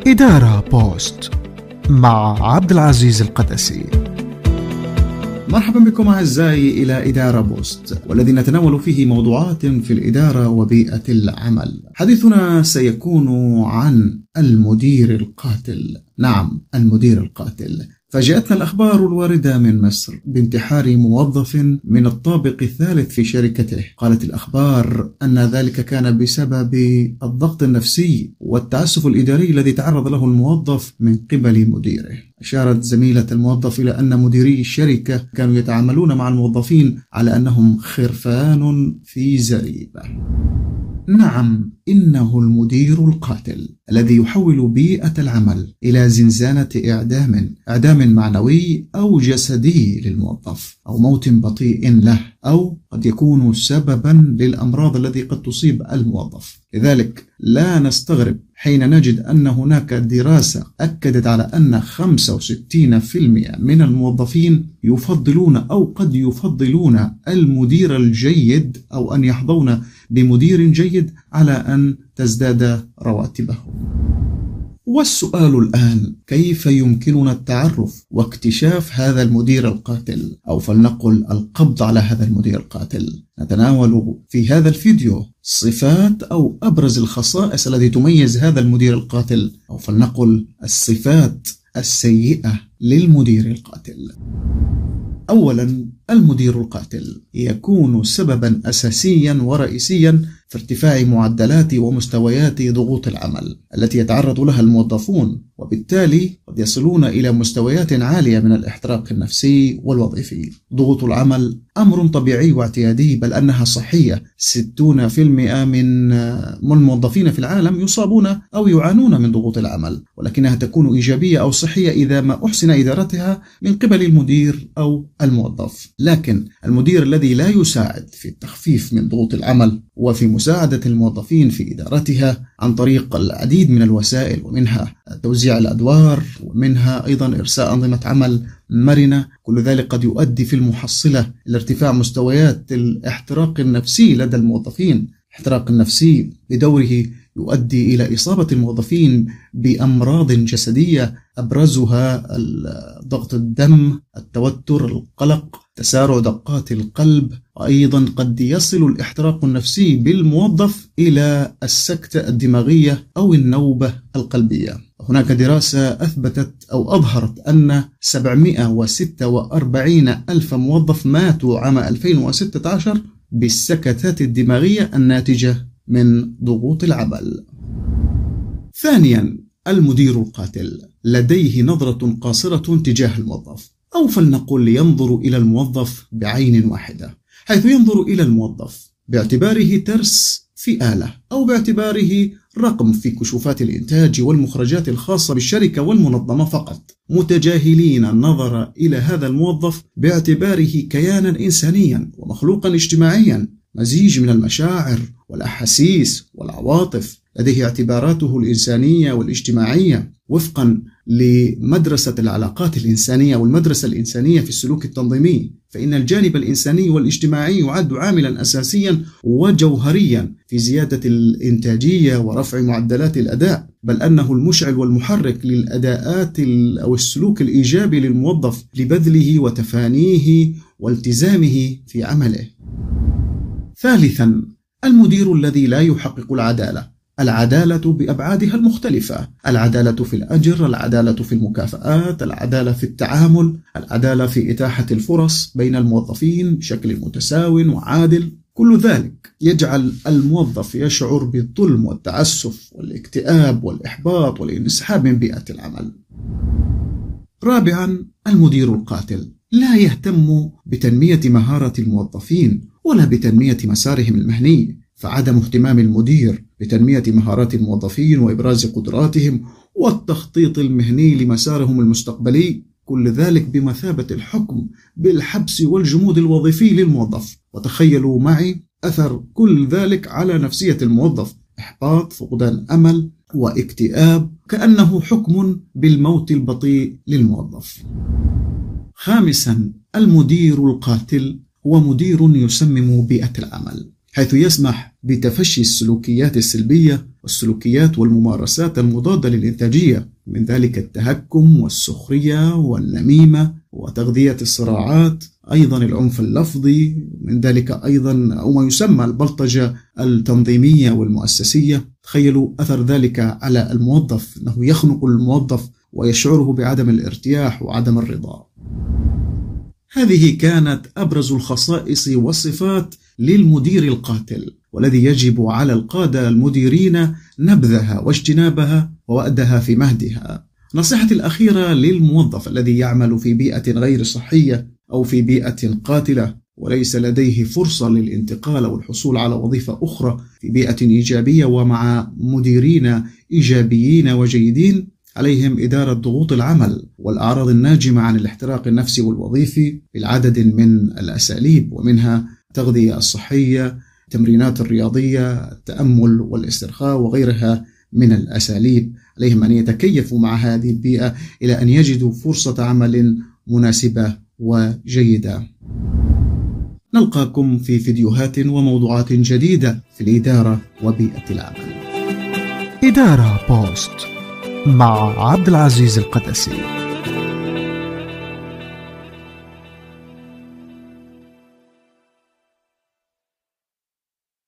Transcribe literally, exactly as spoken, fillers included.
إدارة بوست مع عبد العزيز القدسي. مرحبا بكم أعزائي إلى إدارة بوست، والذي نتناول فيه موضوعات في الإدارة وبيئة العمل. حديثنا سيكون عن المدير القاتل. نعم، المدير القاتل. فاجأتنا الأخبار الواردة من مصر بانتحار موظف من الطابق الثالث في شركته. قالت الأخبار أن ذلك كان بسبب الضغط النفسي والتعسف الإداري الذي تعرض له الموظف من قبل مديره. أشارت زميلة الموظف إلى أن مديري الشركة كانوا يتعاملون مع الموظفين على أنهم خرفان في زريبة. نعم، إنه المدير القاتل الذي يحول بيئة العمل إلى زنزانة إعدام، إعدام معنوي أو جسدي للموظف، أو موت بطيء له، أو قد يكون سببا للأمراض التي قد تصيب الموظف. لذلك لا نستغرب حين نجد أن هناك دراسة أكدت على أن خمسة وستين بالمئة من الموظفين يفضلون أو قد يفضلون المدير الجيد أو أن يحظون بمدير جيد على أن تزداد رواتبهم. والسؤال الآن: كيف يمكننا التعرف واكتشاف هذا المدير القاتل، أو فلنقل القبض على هذا المدير القاتل؟ نتناول في هذا الفيديو صفات أو أبرز الخصائص التي تميز هذا المدير القاتل، أو فلنقل الصفات السيئة للمدير القاتل. أولا، المدير القاتل يكون سببا أساسيا ورئيسيا في ارتفاع معدلات ومستويات ضغوط العمل التي يتعرض لها الموظفون، وبالتالي قد يصلون إلى مستويات عالية من الاحتراق النفسي والوظيفي. ضغوط العمل أمر طبيعي واعتيادي، بل أنها صحية. ستين بالمئة من الموظفين في العالم يصابون أو يعانون من ضغوط العمل، ولكنها تكون إيجابية أو صحية إذا ما أحسن إدارتها من قبل المدير أو الموظف. لكن المدير الذي لا يساعد في التخفيف من ضغوط العمل وفي مساعدة الموظفين في إدارتها عن طريق العديد من الوسائل، ومنها توزيع الأدوار، ومنها أيضا إرساء أنظمة عمل مرنة، كل ذلك قد يؤدي في المحصلة إلى ارتفاع مستويات الاحتراق النفسي لدى الموظفين. الاحتراق النفسي بدوره يؤدي إلى إصابة الموظفين بأمراض جسدية، أبرزها ضغط الدم، التوتر، القلق، تسارع دقات القلب، وأيضا قد يصل الاحتراق النفسي بالموظف إلى السكتة الدماغية أو النوبة القلبية. هناك دراسة أثبتت أو أظهرت أن سبعمئة وستة وأربعين ألف موظف ماتوا عام ألفين وستة عشر بالسكتات الدماغية الناتجة من ضغوط العمل. ثانيا، المدير القاتل لديه نظرة قاصرة تجاه الموظف، أو فلنقل ينظر إلى الموظف بعين واحدة، حيث ينظر إلى الموظف باعتباره ترس في آلة، أو باعتباره رقم في كشوفات الإنتاج والمخرجات الخاصة بالشركة والمنظمة فقط، متجاهلين النظر إلى هذا الموظف باعتباره كيانا إنسانيا ومخلوقا اجتماعيا، مزيج من المشاعر والأحاسيس والعواطف، لديه اعتباراته الإنسانية والاجتماعية وفقا لمدرسة العلاقات الإنسانية والمدرسة الإنسانية في السلوك التنظيمي. فإن الجانب الإنساني والاجتماعي يعد عاملا أساسيا وجوهريا في زيادة الإنتاجية ورفع معدلات الأداء، بل أنه المشعل والمحرك للأداءات أو السلوك الإيجابي للموظف لبذله وتفانيه والتزامه في عمله. ثالثا، المدير الذي لا يحقق العدالة. العدالة بأبعادها المختلفة: العدالة في الأجر، العدالة في المكافآت، العدالة في التعامل، العدالة في إتاحة الفرص بين الموظفين بشكل متساو وعادل. كل ذلك يجعل الموظف يشعر بالظلم والتعسف والاكتئاب والإحباط والانسحاب من بيئة العمل. رابعا، المدير القاتل لا يهتم بتنمية مهارة الموظفين ولا بتنمية مسارهم المهني، فعدم اهتمام المدير بتنمية مهارات الموظفين وإبراز قدراتهم والتخطيط المهني لمسارهم المستقبلي، كل ذلك بمثابة الحكم بالحبس والجمود الوظيفي للموظف. وتخيلوا معي أثر كل ذلك على نفسية الموظف: إحباط، فقدان أمل، واكتئاب، كأنه حكم بالموت البطيء للموظف. خامسا، المدير القاتل هو مدير يسمم بيئة العمل. حيث يسمح بتفشي السلوكيات السلبية والسلوكيات والممارسات المضادة للإنتاجية، من ذلك التهكم والسخرية والنميمة وتغذية الصراعات، أيضا العنف اللفظي، من ذلك أيضا أو ما يسمى البلطجة التنظيمية والمؤسسية. تخيلوا أثر ذلك على الموظف، أنه يخنق الموظف ويشعره بعدم الارتياح وعدم الرضا. هذه كانت أبرز الخصائص والصفات للمدير القاتل، والذي يجب على القادة المديرين نبذها واجتنابها ووأدها في مهدها. نصيحتي الأخيرة للموظف الذي يعمل في بيئة غير صحية أو في بيئة قاتلة وليس لديه فرصة للانتقال أو الحصول على وظيفة أخرى في بيئة إيجابية ومع مديرين إيجابيين وجيدين، عليهم إدارة ضغوط العمل والأعراض الناجمة عن الاحتراق النفسي والوظيفي بعدد من الأساليب، ومنها التغذية الصحية، التمرينات الرياضية، التأمل والاسترخاء وغيرها من الأساليب. عليهم أن يتكيفوا مع هذه البيئة إلى أن يجدوا فرصة عمل مناسبة وجيدة. نلقاكم في فيديوهات وموضوعات جديدة في الإدارة وبيئة العمل. إدارة بوست مع عبد العزيز القدسي.